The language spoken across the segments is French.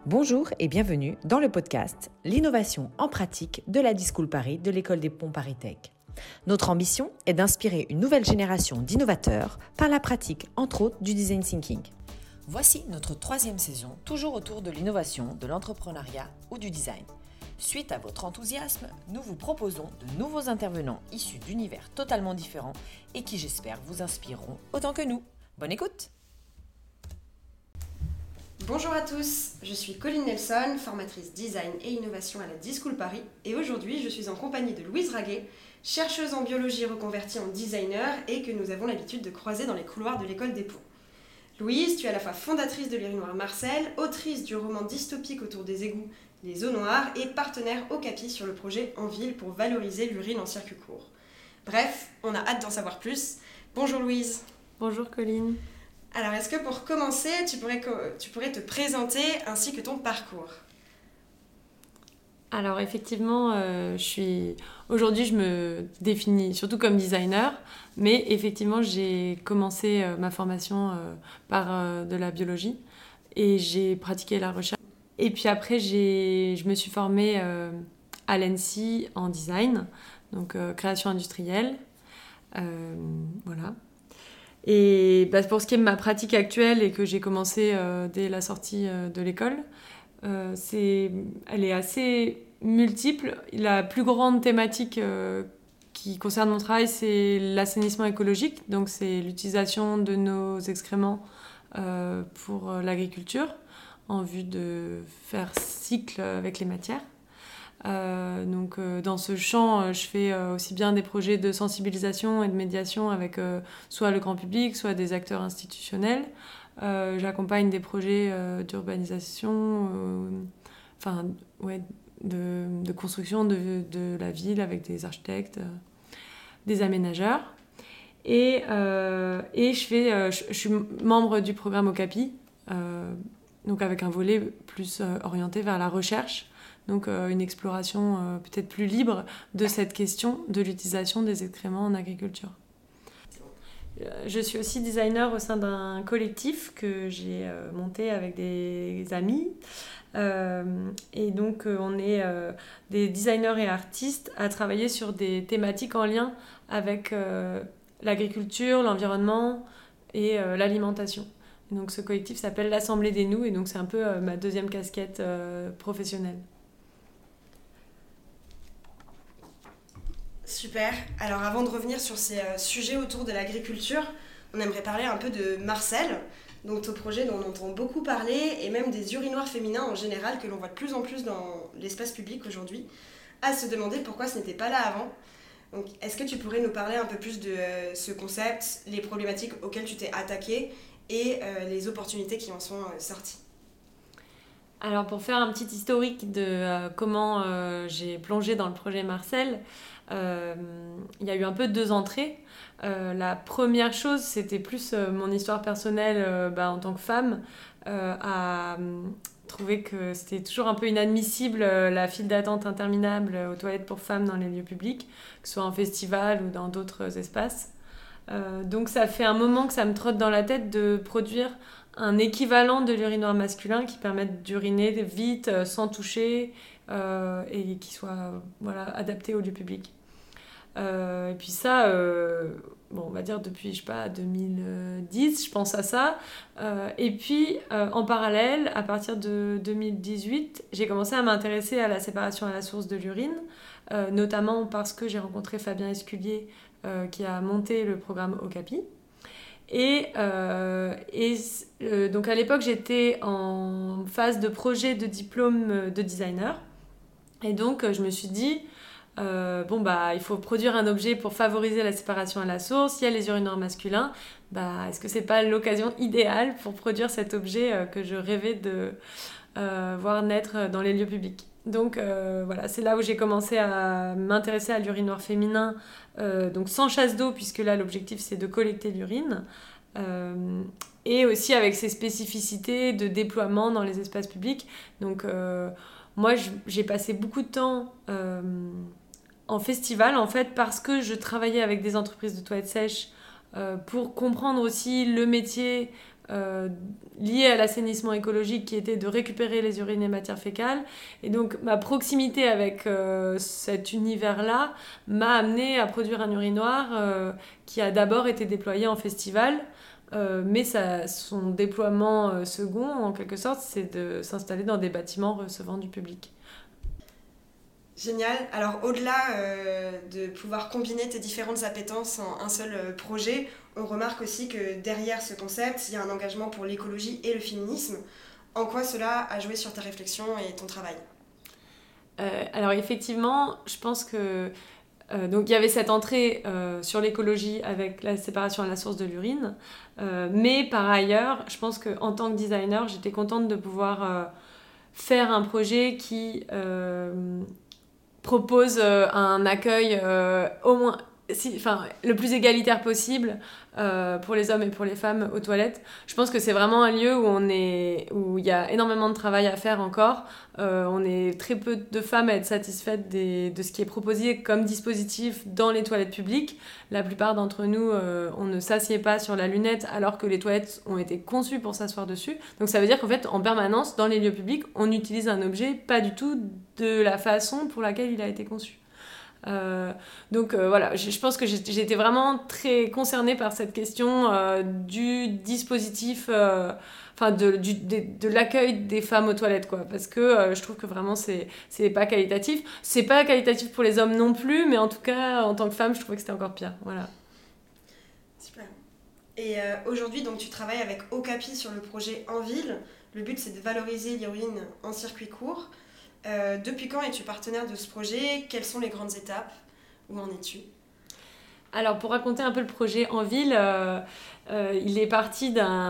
Bonjour et bienvenue dans le podcast L'innovation en pratique de la D-School Paris de l'École des Ponts Paris Tech. Notre ambition est d'inspirer une nouvelle génération d'innovateurs par la pratique, entre autres, du design thinking. Voici notre 3e saison, toujours autour de l'innovation, de l'entrepreneuriat ou du design. Suite à votre enthousiasme, nous vous proposons de nouveaux intervenants issus d'univers totalement différents et qui, j'espère, vous inspireront autant que nous. Bonne écoute! Bonjour à tous, je suis Colline Nelson, formatrice design et innovation à la D-School Paris et aujourd'hui je suis en compagnie de Louise Raguet, chercheuse en biologie reconvertie en designer et que nous avons l'habitude de croiser dans les couloirs de l'école des Ponts. Louise, tu es à la fois fondatrice de l'Urinoir Marcel, autrice du roman dystopique autour des égouts Les Eaux Noires et partenaire au CAPI sur le projet En Ville pour valoriser l'urine en circuit court. Bref, on a hâte d'en savoir plus. Bonjour Louise. Bonjour Colline. Alors, est-ce que pour commencer, tu pourrais te présenter ainsi que ton parcours ? Alors effectivement, aujourd'hui je me définis surtout comme designer, mais effectivement j'ai commencé ma formation par de la biologie et j'ai pratiqué la recherche. Et puis après, je me suis formée à l'ENSI en design, donc création industrielle. Voilà. Et pour ce qui est de ma pratique actuelle et que j'ai commencé dès la sortie de l'école, elle est assez multiple. La plus grande thématique qui concerne mon travail, c'est l'assainissement écologique. Donc c'est l'utilisation de nos excréments pour l'agriculture en vue de faire cycle avec les matières. Dans ce champ, je fais aussi bien des projets de sensibilisation et de médiation avec soit le grand public, soit des acteurs institutionnels. J'accompagne des projets d'urbanisation, de construction de la ville avec des architectes, des aménageurs. Et je suis membre du programme au CAPI, donc avec un volet plus orienté vers la recherche. Donc une exploration peut-être plus libre de cette question de l'utilisation des excréments en agriculture. Je suis aussi designer au sein d'un collectif que j'ai monté avec des amis. Et donc on est des designers et artistes à travailler sur des thématiques en lien avec l'agriculture, l'environnement et l'alimentation. Et donc ce collectif s'appelle l'Assemblée des Nous et donc c'est un peu ma deuxième casquette professionnelle. Super. Alors avant de revenir sur ces sujets autour de l'agriculture, on aimerait parler un peu de Marcel, donc au projet dont on entend beaucoup parler, et même des urinoirs féminins en général que l'on voit de plus en plus dans l'espace public aujourd'hui, à se demander pourquoi ce n'était pas là avant. Donc est-ce que tu pourrais nous parler un peu plus de ce concept, les problématiques auxquelles tu t'es attaquée et les opportunités qui en sont sorties ? Alors pour faire un petit historique de comment j'ai plongé dans le projet Marcel, il y a eu un peu 2 entrées. La première chose, c'était plus mon histoire personnelle en tant que femme, à trouver que c'était toujours un peu inadmissible la file d'attente interminable aux toilettes pour femmes dans les lieux publics, que ce soit en festival ou dans d'autres espaces. Donc ça fait un moment que ça me trotte dans la tête de produire un équivalent de l'urinoir masculin qui permette d'uriner vite, sans toucher, et qui soit adapté au lieu public. Et puis ça, on va dire depuis, 2010, je pense à ça. Et puis, en parallèle, à partir de 2018, j'ai commencé à m'intéresser à la séparation à la source de l'urine, notamment parce que j'ai rencontré Fabien Esculier, qui a monté le programme OCAPI. Donc à l'époque, j'étais en phase de projet de diplôme de designer. Et donc, je me suis dit, il faut produire un objet pour favoriser la séparation à la source. Il y a les urinoirs masculins. Est-ce que c'est pas l'occasion idéale pour produire cet objet que je rêvais de voir naître dans les lieux publics ? Donc c'est là où j'ai commencé à m'intéresser à l'urinoir féminin, donc sans chasse d'eau, puisque là l'objectif c'est de collecter l'urine, et aussi avec ses spécificités de déploiement dans les espaces publics. Donc moi j'ai passé beaucoup de temps en festival en fait, parce que je travaillais avec des entreprises de toilettes sèches pour comprendre aussi le métier liées à l'assainissement écologique qui était de récupérer les urines et matières fécales. Et donc ma proximité avec cet univers-là m'a amené à produire un urinoir qui a d'abord été déployé en festival. Mais son déploiement second, en quelque sorte, c'est de s'installer dans des bâtiments recevant du public. Génial. Alors au-delà de pouvoir combiner tes différentes appétences en un seul projet, on remarque aussi que derrière ce concept, il y a un engagement pour l'écologie et le féminisme. En quoi cela a joué sur ta réflexion et ton travail ? Alors effectivement, je pense que donc il y avait cette entrée sur l'écologie avec la séparation à la source de l'urine, mais par ailleurs, je pense qu'en tant que designer, j'étais contente de pouvoir faire un projet qui propose un accueil au moins le plus égalitaire possible pour les hommes et pour les femmes aux toilettes. Je pense que c'est vraiment un lieu où il y a énormément de travail à faire encore. On est très peu de femmes à être satisfaites de ce qui est proposé comme dispositif dans les toilettes publiques. La plupart d'entre nous, on ne s'assied pas sur la lunette alors que les toilettes ont été conçues pour s'asseoir dessus. Donc ça veut dire qu'en fait, en permanence, dans les lieux publics, on utilise un objet pas du tout de la façon pour laquelle il a été conçu. Donc voilà, je pense que j'ai été vraiment très concernée par cette question du dispositif, de l'accueil des femmes aux toilettes, quoi, parce que je trouve que vraiment c'est pas qualitatif. C'est pas qualitatif pour les hommes non plus, mais en tout cas, en tant que femme, je trouvais que c'était encore pire. Voilà. Super. Et aujourd'hui, donc, tu travailles avec Okapi sur le projet En Ville. Le but, c'est de valoriser l'urine en circuit court. Depuis quand es-tu partenaire de ce projet ? Quelles sont les grandes étapes ? Où en es-tu ? Alors, pour raconter un peu le projet En Ville, il est parti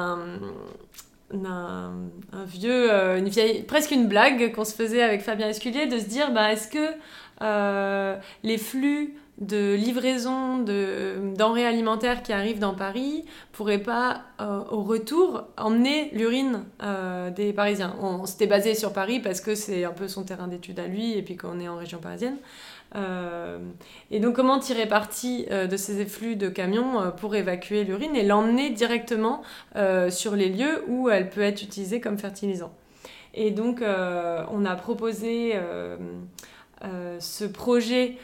une vieille, presque une blague qu'on se faisait avec Fabien Esculier, de se dire, est-ce que les flux de livraison de denrées alimentaires qui arrivent dans Paris pourraient pas, au retour, emmener l'urine des Parisiens. On s'était basé sur Paris parce que c'est un peu son terrain d'étude à lui et puis qu'on est en région parisienne. Et donc comment tirer parti de ces efflux de camions pour évacuer l'urine et l'emmener directement sur les lieux où elle peut être utilisée comme fertilisant. Et donc on a proposé ce projet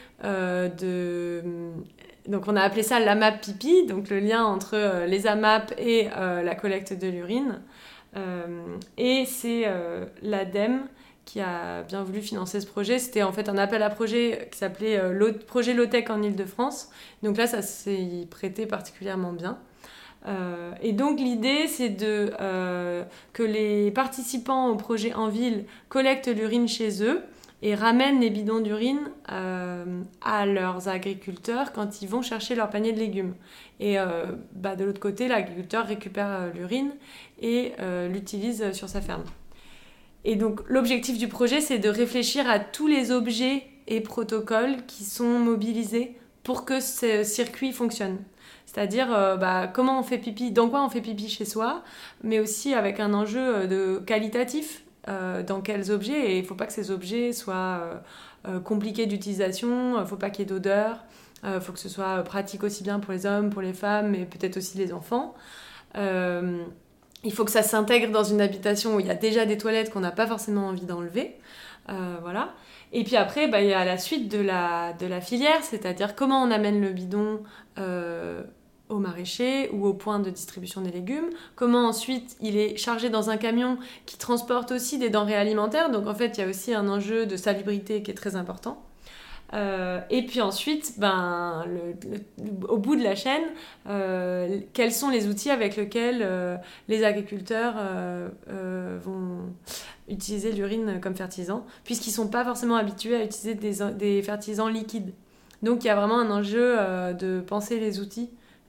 donc on a appelé ça l'AMAP pipi, donc le lien entre les AMAP et la collecte de l'urine. Et c'est l'ADEME qui a bien voulu financer ce projet. C'était en fait un appel à projet qui s'appelait Projet Low-Tech en Île-de-France. Donc là, ça s'y prêtait particulièrement bien. Et donc l'idée, c'est que les participants au projet En Ville collectent l'urine chez eux et ramènent les bidons d'urine à leurs agriculteurs quand ils vont chercher leur panier de légumes. Et de l'autre côté, l'agriculteur récupère l'urine et l'utilise sur sa ferme. Et donc l'objectif du projet, c'est de réfléchir à tous les objets et protocoles qui sont mobilisés pour que ce circuit fonctionne. C'est-à-dire comment on fait pipi, dans quoi on fait pipi chez soi, mais aussi avec un enjeu de qualitatif, dans quels objets, et il ne faut pas que ces objets soient compliqués d'utilisation, il ne faut pas qu'il y ait d'odeur, il faut que ce soit pratique aussi bien pour les hommes, pour les femmes, et peut-être aussi les enfants. Il faut que ça s'intègre dans une habitation où il y a déjà des toilettes qu'on n'a pas forcément envie d'enlever. Voilà. Et puis après, il y a la suite de la filière, c'est-à-dire comment on amène le bidon au maraîcher ou au point de distribution des légumes, comment ensuite il est chargé dans un camion qui transporte aussi des denrées alimentaires. Donc en fait, il y a aussi un enjeu de salubrité qui est très important. Et puis ensuite, au bout de la chaîne, quels sont les outils avec lesquels les agriculteurs vont utiliser l'urine comme fertilisant, puisqu'ils ne sont pas forcément habitués à utiliser des fertilisants liquides. Donc il y a vraiment un enjeu de penser les outils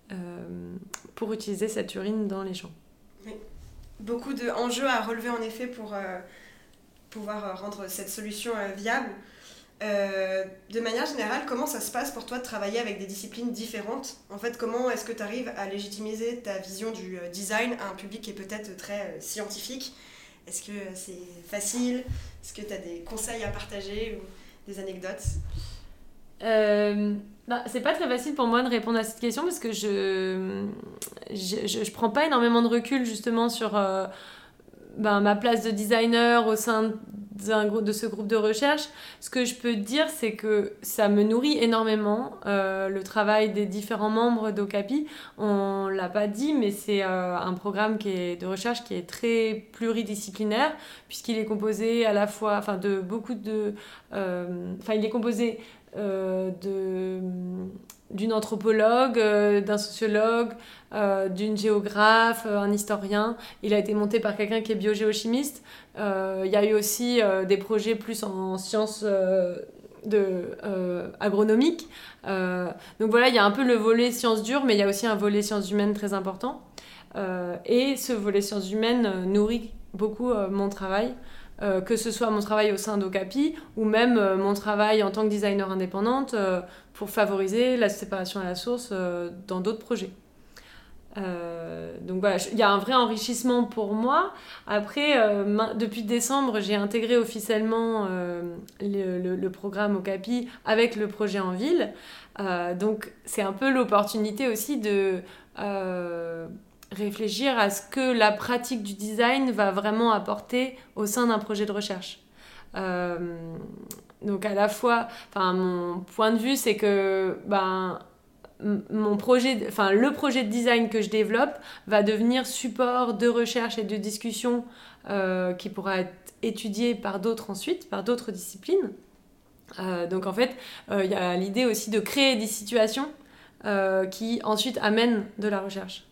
pour utiliser cette urine dans les champs. Oui. Beaucoup d'enjeux à relever en effet pour pouvoir rendre cette solution viable. De manière générale, comment ça se passe pour toi de travailler avec des disciplines différentes ? En fait, comment est-ce que tu arrives à légitimiser ta vision du design à un public qui est peut-être très scientifique ? Est-ce que c'est facile ? Est-ce que tu as des conseils à partager ou des anecdotes ? C'est pas très facile pour moi de répondre à cette question parce que je prends pas énormément de recul justement sur ma place de designer au sein de ce groupe de recherche. Ce que je peux dire, c'est que ça me nourrit énormément le travail des différents membres d'Ocapi. On l'a pas dit, mais c'est un programme de recherche qui est très pluridisciplinaire puisqu'il est composé à la fois de beaucoup de... il est composé d'une anthropologue, d'un sociologue, d'une géographe, un historien. Il a été monté par quelqu'un qui est biogéochimiste. Il y a eu aussi des projets plus en sciences agronomiques. Donc voilà, il y a un peu le volet sciences dures, mais il y a aussi un volet sciences humaines très important. Et ce volet sciences humaines nourrit beaucoup mon travail. Que ce soit mon travail au sein d'Ocapi ou même mon travail en tant que designer indépendante pour favoriser la séparation à la source dans d'autres projets. Donc voilà, il y a un vrai enrichissement pour moi. Après, depuis décembre, j'ai intégré officiellement le programme Ocapi avec le projet en ville. Donc c'est un peu l'opportunité aussi de... réfléchir à ce que la pratique du design va vraiment apporter au sein d'un projet de recherche. Donc à la fois, mon point de vue, c'est que le projet de design que je développe va devenir support de recherche et de discussion qui pourra être étudié par d'autres ensuite, par d'autres disciplines. Donc en fait, il y a l'idée aussi de créer des situations qui ensuite amènent de la recherche.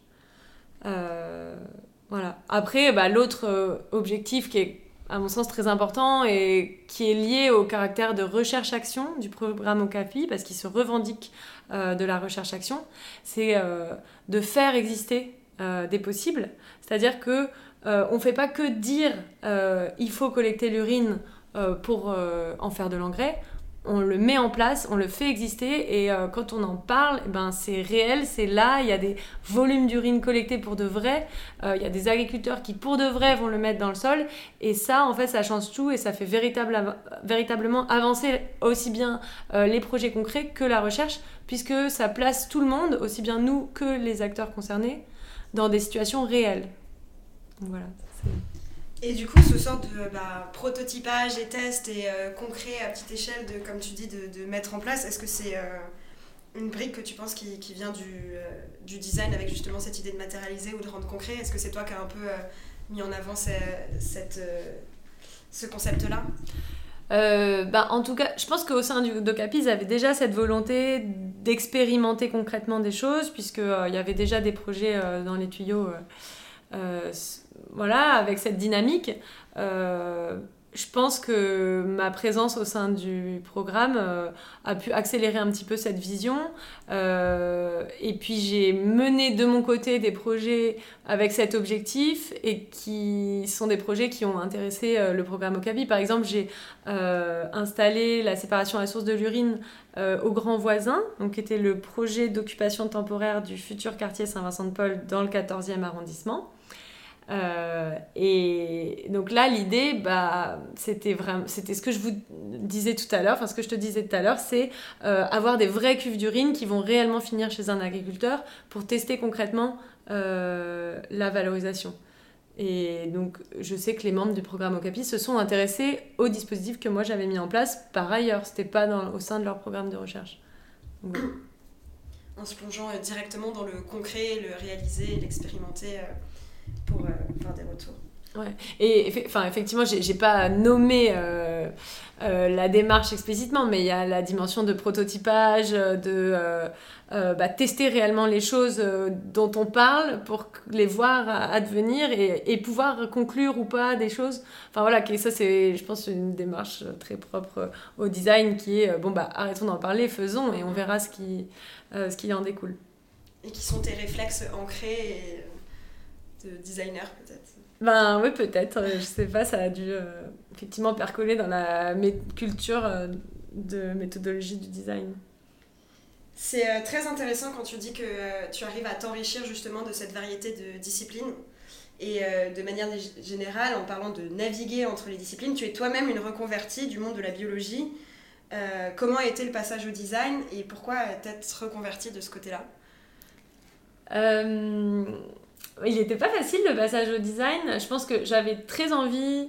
Voilà. Après, l'autre objectif qui est à mon sens très important et qui est lié au caractère de recherche-action du programme Ocapi, parce qu'il se revendique de la recherche-action, c'est de faire exister des possibles. C'est-à-dire que on ne fait pas que dire il faut collecter l'urine pour en faire de l'engrais. On le met en place, on le fait exister et quand on en parle, c'est réel, c'est là, il y a des volumes d'urine collectés pour de vrai, il y a des agriculteurs qui pour de vrai vont le mettre dans le sol et ça en fait ça change tout et ça fait véritablement avancer aussi bien les projets concrets que la recherche puisque ça place tout le monde, aussi bien nous que les acteurs concernés, dans des situations réelles. Donc voilà, c'est... Et du coup, ce sort de prototypage et test et concret à petite échelle, comme tu dis, de mettre en place, est-ce que c'est une brique que tu penses qui vient du design avec justement cette idée de matérialiser ou de rendre concret? Est-ce que c'est toi qui as un peu mis en avant ce concept-là? En tout cas, je pense qu'au sein d'Ocapi, ils avaient déjà cette volonté d'expérimenter concrètement des choses, puisqu'il y avait déjà des projets dans les tuyaux avec cette dynamique. Je pense que ma présence au sein du programme a pu accélérer un petit peu cette vision. Et puis j'ai mené de mon côté des projets avec cet objectif et qui sont des projets qui ont intéressé le programme Ocapi. Par exemple, j'ai installé la séparation à la source de l'urine au Grand Voisin, donc qui était le projet d'occupation temporaire du futur quartier Saint-Vincent-de-Paul dans le 14e arrondissement. Et donc là l'idée c'était ce que je vous disais tout à l'heure, ce que je te disais tout à l'heure, c'est avoir des vraies cuves d'urine qui vont réellement finir chez un agriculteur pour tester concrètement la valorisation. Et donc je sais que les membres du programme Ocapi se sont intéressés au dispositif que moi j'avais mis en place par ailleurs, c'était pas au sein de leur programme de recherche. Donc, voilà. En se plongeant directement dans le concret, le réaliser, l'expérimenter pour faire des retours. Ouais. Et effectivement, j'ai pas nommé la démarche explicitement, mais il y a la dimension de prototypage, de tester réellement les choses dont on parle pour les voir advenir et pouvoir conclure ou pas des choses. Ça c'est, je pense, une démarche très propre au design qui est arrêtons d'en parler, faisons et on verra ce qui en découle. Et qui sont tes réflexes ancrés de designer peut-être? Oui, peut-être, je sais pas, ça a dû effectivement percoler dans la culture de méthodologie du design. C'est très intéressant quand tu dis que tu arrives à t'enrichir justement de cette variété de disciplines et de manière générale, en parlant de naviguer entre les disciplines, tu es toi-même une reconvertie du monde de la biologie Comment a été le passage au design et pourquoi t'être reconvertie de ce côté-là? Il n'était pas facile le passage au design. Je pense que j'avais très envie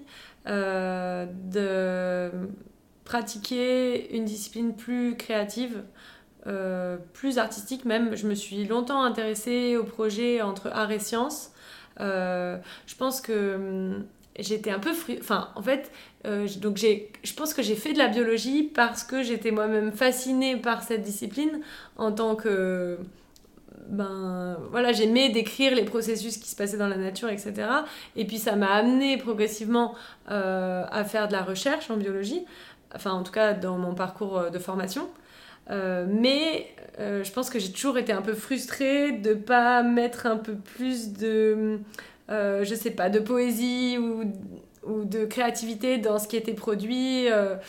de pratiquer une discipline plus créative, plus artistique même. Je me suis longtemps intéressée au projet entre art et sciences. Je pense que j'étais un peu enfin en fait donc je pense que j'ai fait de la biologie parce que j'étais moi-même fascinée par cette discipline en tant que voilà, j'aimais décrire les processus qui se passaient dans la nature, etc. Et puis ça m'a amené progressivement à faire de la recherche en biologie, enfin en tout cas dans mon parcours de formation. Mais je pense que j'ai toujours été un peu frustrée de ne pas mettre un peu plus de, je sais pas, de poésie ou de créativité dans ce qui était produit.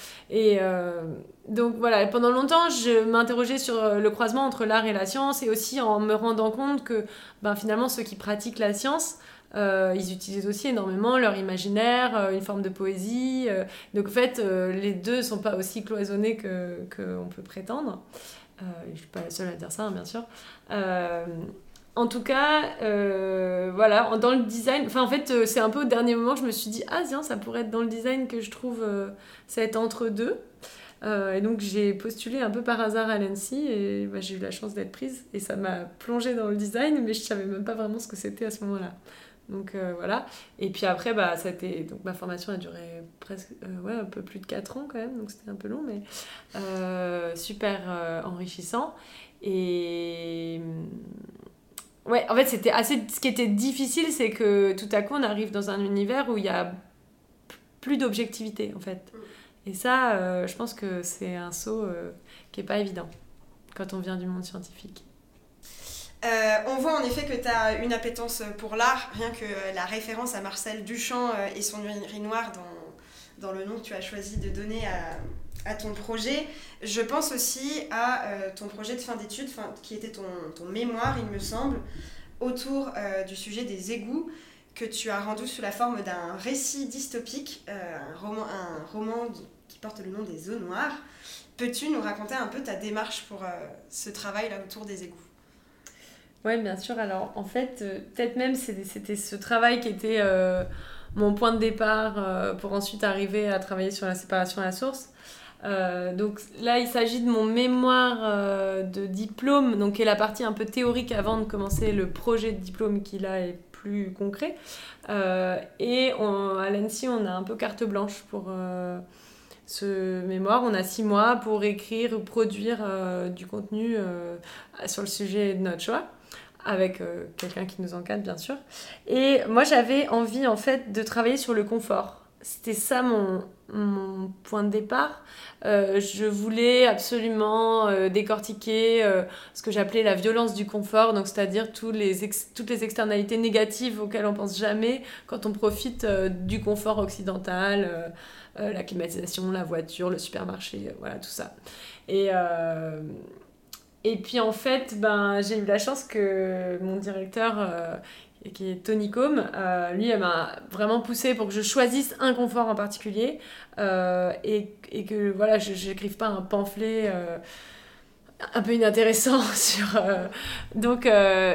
Donc voilà, pendant longtemps, je m'interrogeais sur le croisement entre l'art et la science et aussi en me rendant compte que finalement, ceux qui pratiquent la science, ils utilisent aussi énormément leur imaginaire, une forme de poésie. Donc en fait, les deux ne sont pas aussi cloisonnés qu'on peut prétendre. Je ne suis pas la seule à dire ça, hein, bien sûr. En tout cas, voilà, dans le design, en fait, c'est un peu au dernier moment que je me suis dit, ah tiens, ça pourrait être dans le design que je trouve cet entre-deux. Et donc j'ai postulé un peu par hasard à l'ENSI et j'ai eu la chance d'être prise et ça m'a plongée dans le design, mais je savais même pas vraiment ce que c'était à ce moment-là. Donc voilà. Et puis après, donc ma formation a duré presque un peu plus de 4 ans quand même, donc c'était un peu long, mais super enrichissant. Et ouais, en fait, c'était assez. Ce qui était difficile, c'est que tout à coup, on arrive dans un univers où il y a plus d'objectivité, en fait. Et ça, je pense que c'est un saut qui n'est pas évident quand on vient du monde scientifique. On voit en effet que tu as une appétence pour l'art, rien que la référence à Marcel Duchamp et son urinoir dans le nom que tu as choisi de donner à ton projet. Je pense aussi à ton projet de fin d'études, qui était ton mémoire, il me semble, autour du sujet des égouts, que tu as rendu sous la forme d'un récit dystopique, un roman qui porte le nom des Eaux Noires. Peux-tu nous raconter un peu ta démarche pour ce travail-là autour des égouts? Oui, bien sûr. Alors, en fait, peut-être même c'était ce travail qui était mon point de départ pour ensuite arriver à travailler sur la séparation à la source. Donc là, il s'agit de mon mémoire de diplôme, donc qui est la partie un peu théorique avant de commencer le projet de diplôme qui là est plus concret. Et à l'ENSI, on a un peu carte blanche pour ce mémoire. On a 6 mois pour écrire ou produire du contenu sur le sujet de notre choix, avec quelqu'un qui nous encadre, bien sûr. Et moi, j'avais envie, en fait, de travailler sur le confort. C'était ça mon point de départ. Je voulais absolument décortiquer ce que j'appelais la violence du confort, donc c'est-à-dire toutes les externalités négatives auxquelles on pense jamais quand on profite du confort occidental, la climatisation, la voiture, le supermarché, voilà, tout ça. Et puis en fait, j'ai eu la chance que mon directeur, qui est Tony Combe, lui, elle m'a vraiment poussée pour que je choisisse un confort en particulier et que voilà, je n'écrive pas un pamphlet un peu inintéressant sur... Donc,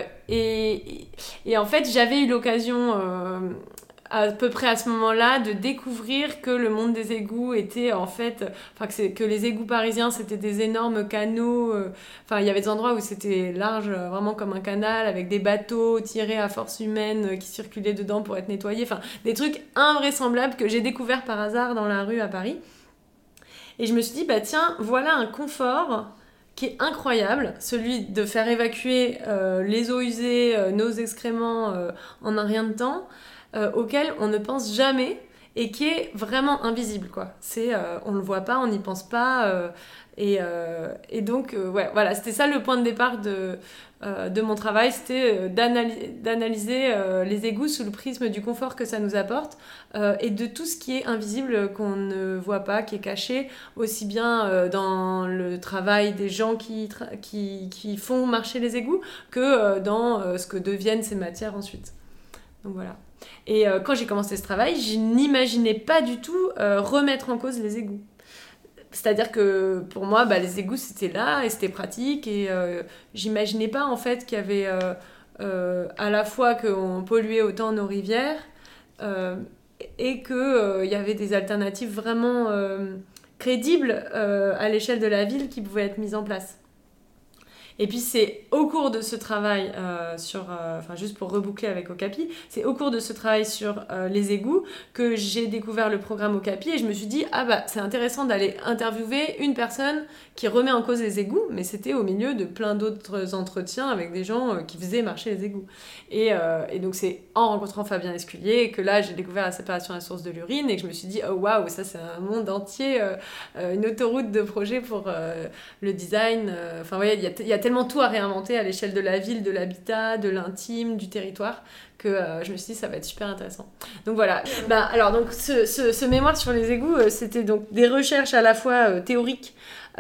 et en fait, j'avais eu l'occasion... à peu près à ce moment-là, de découvrir que le monde des égouts était en fait... que les égouts parisiens, c'était des énormes canaux. Il y avait des endroits où c'était large, vraiment comme un canal, avec des bateaux tirés à force humaine qui circulaient dedans pour être nettoyés. Des trucs invraisemblables que j'ai découverts par hasard dans la rue à Paris. Et je me suis dit, tiens, voilà un confort qui est incroyable, celui de faire évacuer les eaux usées, nos excréments en un rien de temps, auquel on ne pense jamais et qui est vraiment invisible, quoi. On le voit pas, on n'y pense pas et donc ouais, voilà, c'était ça le point de départ de mon travail, c'était d'analyser les égouts sous le prisme du confort que ça nous apporte et de tout ce qui est invisible qu'on ne voit pas, qui est caché aussi bien dans le travail des gens qui font marcher les égouts que dans ce que deviennent ces matières ensuite. Donc voilà. Et quand j'ai commencé ce travail, je n'imaginais pas du tout remettre en cause les égouts. C'est-à-dire que pour moi, les égouts, c'était là et c'était pratique. Et j'imaginais pas en fait qu'il y avait à la fois qu'on polluait autant nos rivières et qu'il y avait des alternatives vraiment crédibles à l'échelle de la ville qui pouvaient être mises en place. Et puis c'est au cours de ce travail juste pour reboucler avec Okapi, c'est au cours de ce travail sur les égouts que j'ai découvert le programme Okapi et je me suis dit c'est intéressant d'aller interviewer une personne qui remet en cause les égouts, mais c'était au milieu de plein d'autres entretiens avec des gens qui faisaient marcher les égouts. Et donc c'est en rencontrant Fabien Esculier que là j'ai découvert la séparation à la source de l'urine et que je me suis dit waouh, ça c'est un monde entier, une autoroute de projets pour le design. Il y a tellement tout à réinventer à l'échelle de la ville, de l'habitat, de l'intime, du territoire, que je me suis dit ça va être super intéressant. Donc voilà. Alors donc ce mémoire sur les égouts, c'était donc des recherches à la fois théoriques,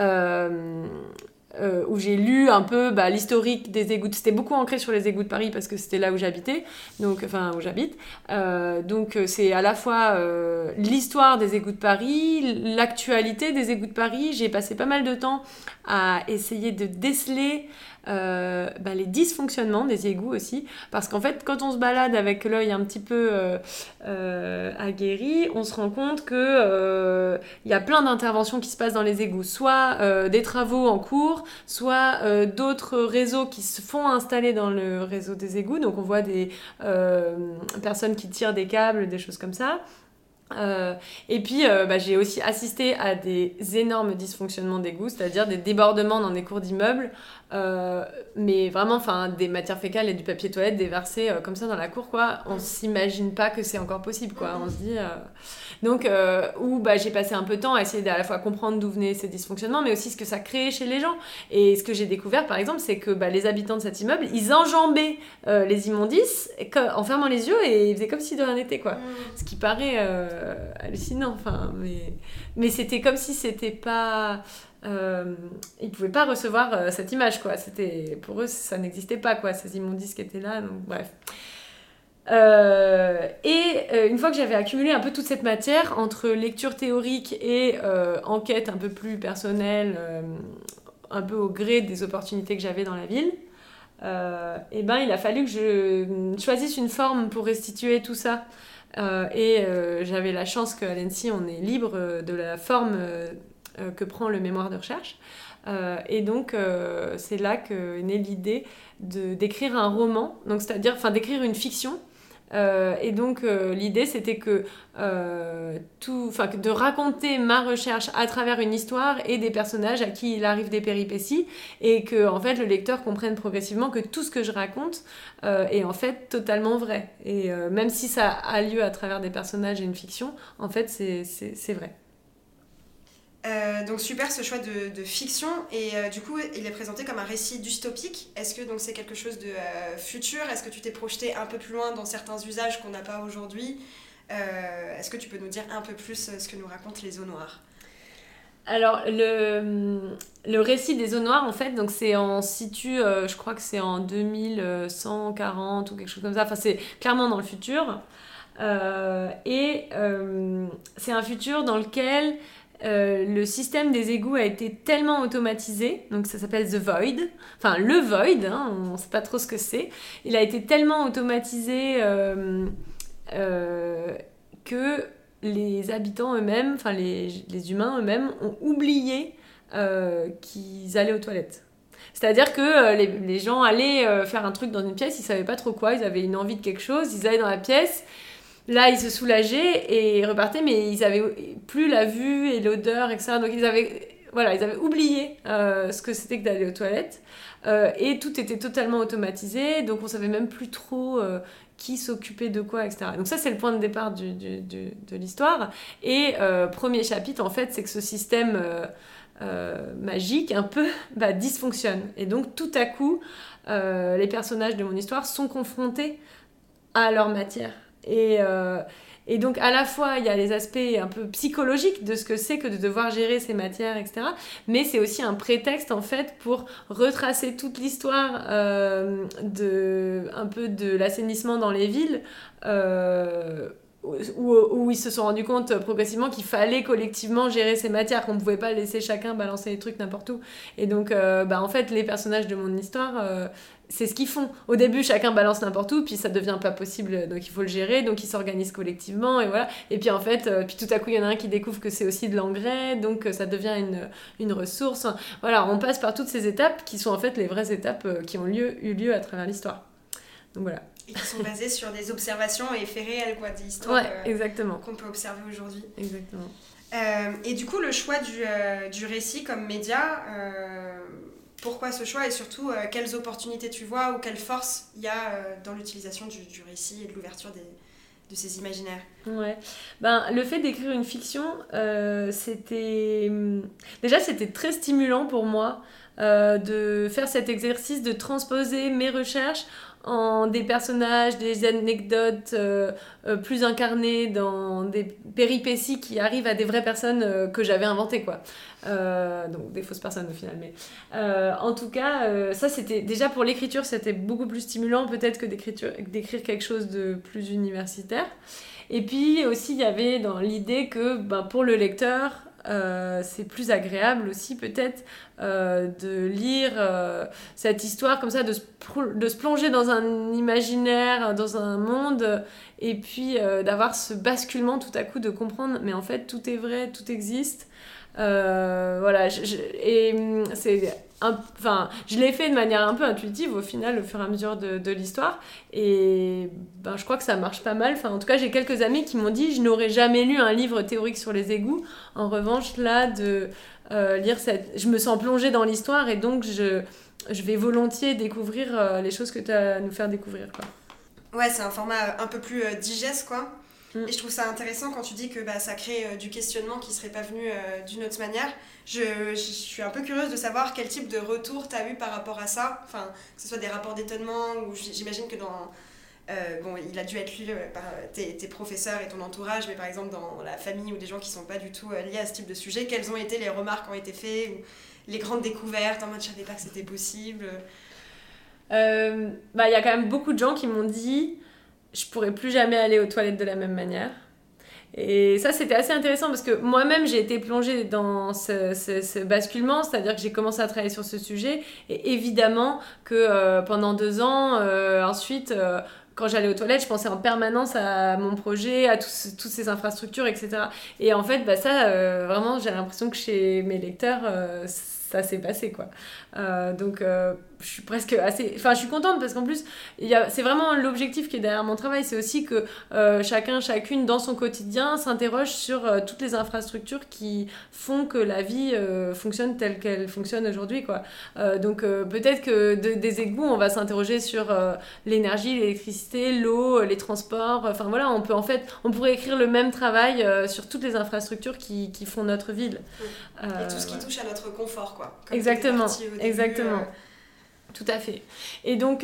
où j'ai lu un peu l'historique des égouts. C'était beaucoup ancré sur les égouts de Paris parce que c'était là où j'habitais, où j'habite. Donc c'est à la fois l'histoire des égouts de Paris, l'actualité des égouts de Paris. J'ai passé pas mal de temps à essayer de déceler les dysfonctionnements des égouts aussi, parce qu'en fait quand on se balade avec l'œil un petit peu aguerri, on se rend compte que y a plein d'interventions qui se passent dans les égouts, soit des travaux en cours, soit d'autres réseaux qui se font installer dans le réseau des égouts, donc on voit des personnes qui tirent des câbles, des choses comme ça. Et puis j'ai aussi assisté à des énormes dysfonctionnements d'égouts, c'est-à-dire des débordements dans des cours d'immeubles, mais vraiment des matières fécales et du papier toilette déversés comme ça dans la cour, quoi. On s'imagine pas que c'est encore possible, quoi. On se dit donc où j'ai passé un peu de temps à essayer à la fois comprendre d'où venaient ces dysfonctionnements, mais aussi ce que ça créait chez les gens. Et ce que j'ai découvert par exemple, c'est que les habitants de cet immeuble, ils enjambaient les immondices en fermant les yeux et ils faisaient comme si de rien n'était, quoi. Ce qui paraît hallucinant, mais c'était comme si c'était pas ils pouvaient pas recevoir cette image, quoi. C'était, pour eux ça n'existait pas, quoi, ces immondices qui étaient là, donc bref. Une fois que j'avais accumulé un peu toute cette matière entre lecture théorique et enquête un peu plus personnelle, un peu au gré des opportunités que j'avais dans la ville, il a fallu que je choisisse une forme pour restituer tout ça. J'avais la chance qu'à l'ENSI on est libre de la forme que prend le mémoire de recherche, et donc c'est là qu'est née l'idée d'écrire un roman, donc c'est-à-dire d'écrire une fiction. Et donc l'idée c'était que de raconter ma recherche à travers une histoire et des personnages à qui il arrive des péripéties, et que en fait le lecteur comprenne progressivement que tout ce que je raconte est en fait totalement vrai, et même si ça a lieu à travers des personnages et une fiction, en fait c'est vrai. Donc super ce choix de fiction, et du coup il est présenté comme un récit dystopique. Est-ce que donc c'est quelque chose de futur? Est-ce que tu t'es projeté un peu plus loin dans certains usages qu'on n'a pas aujourd'hui? Est-ce que tu peux nous dire un peu plus ce que nous racontent les eaux noires? Alors le récit des eaux noires, en fait, donc on se situe, je crois que c'est en 2140 ou quelque chose comme ça, c'est clairement dans le futur, et c'est un futur dans lequel le système des égouts a été tellement automatisé, donc ça s'appelle The Void, le Void, on ne sait pas trop ce que c'est. Il a été tellement automatisé que les habitants eux-mêmes, les humains eux-mêmes, ont oublié qu'ils allaient aux toilettes. C'est-à-dire que les gens allaient faire un truc dans une pièce, ils ne savaient pas trop quoi, ils avaient une envie de quelque chose, ils allaient dans la pièce. Là, ils se soulageaient et repartaient, mais ils n'avaient plus la vue et l'odeur, etc. Donc, ils avaient oublié ce que c'était que d'aller aux toilettes. Et tout était totalement automatisé, donc on ne savait même plus trop qui s'occupait de quoi, etc. Donc ça, c'est le point de départ de l'histoire. Et premier chapitre, en fait, c'est que ce système magique, un peu, dysfonctionne. Et donc, tout à coup, les personnages de mon histoire sont confrontés à leur matière. Et donc à la fois il y a les aspects un peu psychologiques de ce que c'est que de devoir gérer ces matières, etc. Mais c'est aussi un prétexte en fait pour retracer toute l'histoire un peu de l'assainissement dans les villes, où ils se sont rendus compte progressivement qu'il fallait collectivement gérer ces matières, qu'on ne pouvait pas laisser chacun balancer les trucs n'importe où. Et donc, en fait, les personnages de mon histoire, c'est ce qu'ils font. Au début, chacun balance n'importe où, puis ça devient pas possible, donc il faut le gérer, donc ils s'organisent collectivement, et voilà. Et puis en fait, puis tout à coup, il y en a un qui découvre que c'est aussi de l'engrais, donc ça devient une ressource. Enfin, voilà, on passe par toutes ces étapes qui sont en fait les vraies étapes qui ont eu lieu à travers l'histoire. Donc voilà. Et qui sont basées sur des observations et faits réels, quoi, des histoires exactement. Qu'on peut observer aujourd'hui. Exactement. Et du coup, le choix du récit comme média, pourquoi ce choix et surtout quelles opportunités tu vois ou quelles forces il y a dans l'utilisation du récit et de l'ouverture de ces imaginaires? Ouais. Le fait d'écrire une fiction, c'était très stimulant pour moi de faire cet exercice de transposer mes recherches en des personnages, des anecdotes plus incarnées dans des péripéties qui arrivent à des vraies personnes que j'avais inventées, quoi. Donc des fausses personnes au final, mais en tout cas ça c'était déjà pour l'écriture, c'était beaucoup plus stimulant peut-être que d'écrire quelque chose de plus universitaire. Et puis aussi il y avait dans l'idée que pour le lecteur c'est plus agréable aussi peut-être de lire cette histoire comme ça, de se plonger dans un imaginaire, dans un monde, et puis d'avoir ce basculement tout à coup, de comprendre mais en fait tout est vrai, tout existe. Voilà, je l'ai fait de manière un peu intuitive au final au fur et à mesure de l'histoire, et je crois que ça marche pas mal. En tout cas, j'ai quelques amis qui m'ont dit je n'aurais jamais lu un livre théorique sur les égouts. En revanche, là, de lire je me sens plongée dans l'histoire, et donc je vais volontiers découvrir les choses que tu as à nous faire découvrir, quoi. Ouais, c'est un format un peu plus digeste, quoi. Et je trouve ça intéressant quand tu dis que ça crée du questionnement qui serait pas venu d'une autre manière. Je suis un peu curieuse de savoir quel type de retour tu as eu par rapport à ça, enfin, que ce soit des rapports d'étonnement, ou j'imagine que dans... il a dû être lu par tes professeurs et ton entourage, mais par exemple dans la famille ou des gens qui sont pas du tout liés à ce type de sujet, quelles ont été les remarques qui ont été faites, ou les grandes découvertes, en mode je savais pas que c'était possible? Y a quand même beaucoup de gens qui m'ont dit je pourrais plus jamais aller aux toilettes de la même manière. Et ça, c'était assez intéressant parce que moi-même, j'ai été plongée dans ce basculement, c'est-à-dire que j'ai commencé à travailler sur ce sujet. Et évidemment que pendant 2 ans, ensuite, quand j'allais aux toilettes, je pensais en permanence à mon projet, à toutes ces infrastructures, etc. Et en fait, ça, vraiment, j'ai l'impression que chez mes lecteurs, ça s'est passé, quoi. Donc je suis presque assez... Enfin, je suis contente parce qu'en plus, c'est vraiment l'objectif qui est derrière mon travail. C'est aussi que chacun, chacune, dans son quotidien, s'interroge sur toutes les infrastructures qui font que la vie fonctionne telle qu'elle fonctionne aujourd'hui, quoi. Donc peut-être que des égouts, on va s'interroger sur l'énergie, l'électricité, l'eau, les transports. Enfin voilà, on pourrait écrire le même travail sur toutes les infrastructures qui font notre ville. Et tout ce qui touche à notre confort, quoi. Comme Exactement, début, exactement. Tout à fait. Et donc,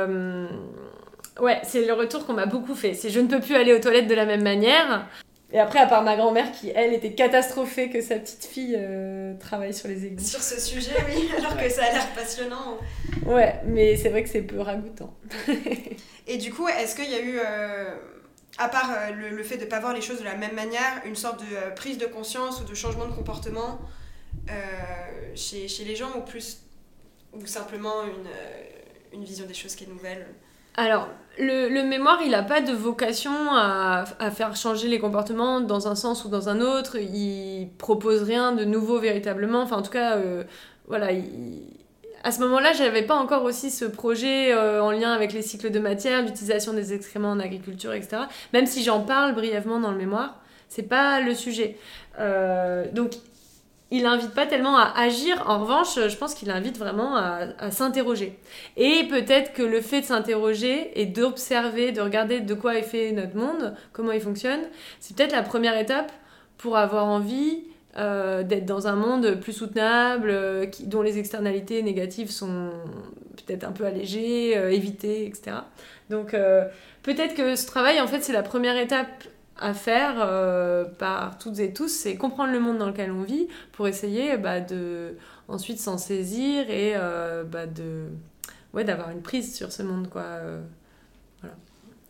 c'est le retour qu'on m'a beaucoup fait. C'est je ne peux plus aller aux toilettes de la même manière. Et après, à part ma grand-mère qui, elle, était catastrophée que sa petite fille travaille sur les égouts. Sur ce sujet, oui, alors que ça a l'air passionnant. Ouais, mais c'est vrai que c'est peu ragoûtant. Et du coup, est-ce qu'il y a eu, à part le fait de ne pas voir les choses de la même manière, une sorte de prise de conscience ou de changement de comportement chez les gens, ou simplement une vision des choses qui est nouvelle? Alors, le mémoire, il n'a pas de vocation à faire changer les comportements dans un sens ou dans un autre. Il propose rien de nouveau véritablement. Enfin, en tout cas, voilà. À ce moment-là, j'avais pas encore aussi ce projet en lien avec les cycles de matière, l'utilisation des excréments en agriculture, etc. Même si j'en parle brièvement dans le mémoire, c'est pas le sujet. Donc, il n'invite pas tellement à agir. En revanche, je pense qu'il invite vraiment à s'interroger. Et peut-être que le fait de s'interroger et d'observer, de regarder de quoi est fait notre monde, comment il fonctionne, c'est peut-être la première étape pour avoir envie d'être dans un monde plus soutenable, dont les externalités négatives sont peut-être un peu allégées, évitées, etc. Donc peut-être que ce travail, en fait, c'est la première étape à faire par toutes et tous, c'est comprendre le monde dans lequel on vit pour essayer de ensuite s'en saisir et d'avoir une prise sur ce monde, quoi. Voilà.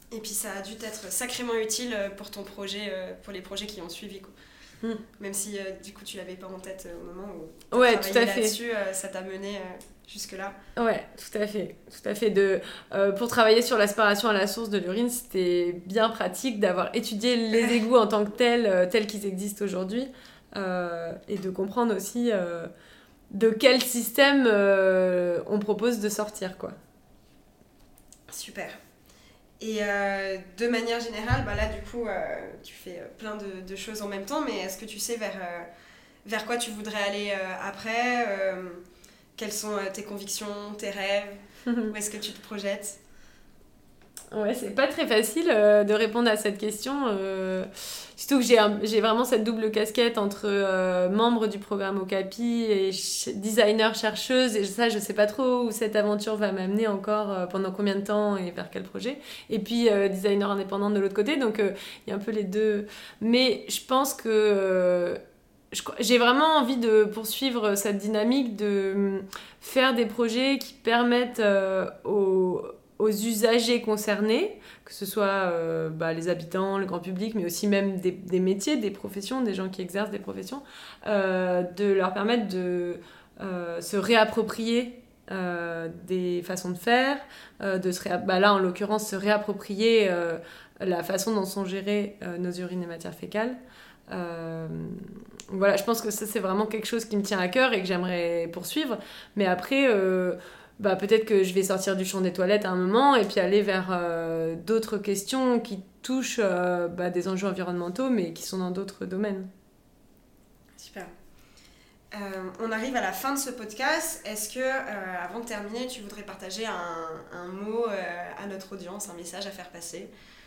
Et puis ça a dû être sacrément utile pour ton projet, pour les projets qui ont suivi, quoi. Même si du coup tu l'avais pas en tête au moment où tu as travaillé là-dessus, ça t'a mené jusque-là. Ouais, tout à fait. Pour travailler sur l'aspiration à la source de l'urine, c'était bien pratique d'avoir étudié les égouts en tant que tels qu'ils existent aujourd'hui, et de comprendre aussi de quel système on propose de sortir, quoi. Super. Et de manière générale, là du coup, tu fais plein de choses en même temps, mais est-ce que tu sais vers quoi tu voudrais aller après quelles sont tes convictions, tes rêves où est-ce que tu te projettes? Ouais, c'est pas très facile de répondre à cette question. Surtout que j'ai vraiment cette double casquette entre membre du programme Okapi et designer chercheuse. Et ça, je sais pas trop où cette aventure va m'amener encore, pendant combien de temps et vers quel projet. Et puis designer indépendante de l'autre côté. Donc il y a un peu les deux. Mais je pense que j'ai vraiment envie de poursuivre cette dynamique de faire des projets qui permettent aux usagers concernés, que ce soit les habitants, le grand public, mais aussi même des métiers, des professions, des gens qui exercent des professions, de leur permettre de se réapproprier des façons de faire, là en l'occurrence se réapproprier la façon dont sont gérées nos urines et matières fécales. Voilà, je pense que ça c'est vraiment quelque chose qui me tient à cœur et que j'aimerais poursuivre, mais après peut-être que je vais sortir du champ des toilettes à un moment et puis aller vers d'autres questions qui touchent des enjeux environnementaux mais qui sont dans d'autres domaines. Super. On arrive à la fin de ce podcast. Est-ce que, avant de terminer, tu voudrais partager un mot à notre audience, un message à faire passer ?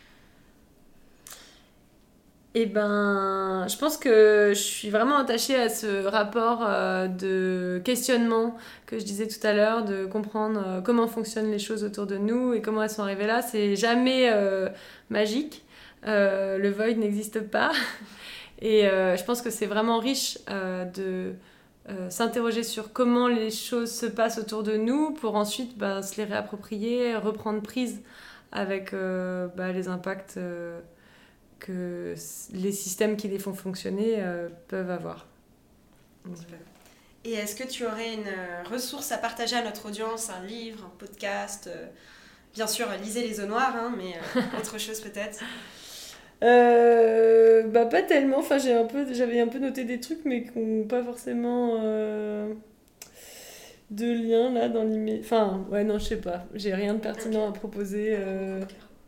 Je pense que je suis vraiment attachée à ce rapport de questionnement que je disais tout à l'heure, de comprendre comment fonctionnent les choses autour de nous et comment elles sont arrivées là. C'est jamais magique. Le void n'existe pas. Et je pense que c'est vraiment riche de s'interroger sur comment les choses se passent autour de nous pour ensuite se les réapproprier, reprendre prise avec les impacts que les systèmes qui les font fonctionner peuvent avoir. Et est-ce que tu aurais une ressource à partager à notre audience, un livre, un podcast bien sûr, lisez Les Eaux Noires, mais autre chose peut-être pas tellement. Enfin, j'avais un peu noté des trucs, mais qui n'ont pas forcément de lien là dans l'immédiat. Enfin, ouais, non, je sais pas. J'ai rien de pertinent à proposer. Comment ?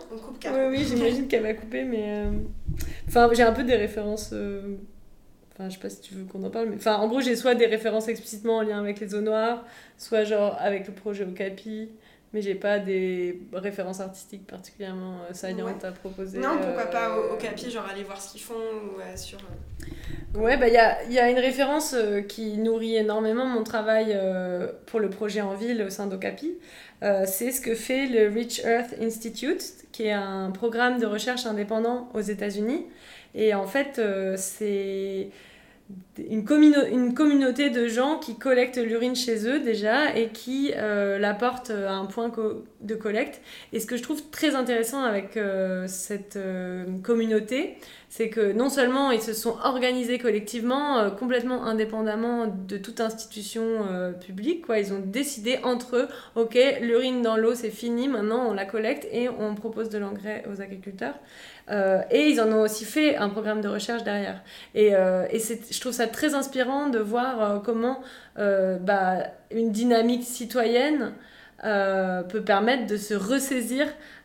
On coupe car. Oui, j'imagine qu'elle va couper, mais... Enfin, j'ai un peu des références... Enfin, je sais pas si tu veux qu'on en parle, mais... Enfin, en gros, j'ai soit des références explicitement en lien avec les eaux noires, soit genre avec le projet Okapi, mais j'ai pas des références artistiques particulièrement salientes à proposer. Non, pourquoi pas Okapi, genre aller voir ce qu'ils font ou sur... Ouais, il y a une référence qui nourrit énormément mon travail pour le projet en ville au sein d'Okapi. C'est ce que fait le Rich Earth Institute, qui est un programme de recherche indépendant aux États-Unis. Et en fait, c'est une communauté de gens qui collectent l'urine chez eux déjà et qui la portent à un point de collecte. Et ce que je trouve très intéressant avec cette communauté, c'est que non seulement ils se sont organisés collectivement, complètement indépendamment de toute institution publique, quoi. Ils ont décidé entre eux, ok, l'urine dans l'eau c'est fini, maintenant on la collecte et on propose de l'engrais aux agriculteurs. Et ils en ont aussi fait un programme de recherche derrière. Et je trouve ça très inspirant de voir comment une dynamique citoyenne peut permettre de se ressaisir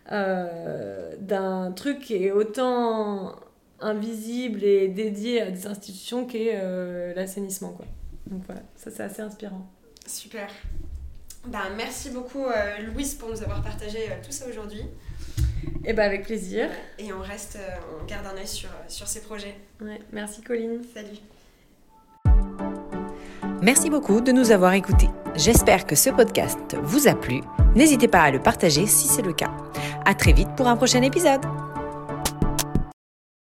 d'un truc qui est autant invisible et dédié à des institutions qu'est l'assainissement, quoi. Donc voilà, ça c'est assez inspirant. Super. Merci beaucoup Louise pour nous avoir partagé tout ça aujourd'hui. Et avec plaisir. Et on garde un œil sur ces projets. Ouais, merci Colline. Salut. Merci beaucoup de nous avoir écoutés. J'espère que ce podcast vous a plu. N'hésitez pas à le partager si c'est le cas. À très vite pour un prochain épisode.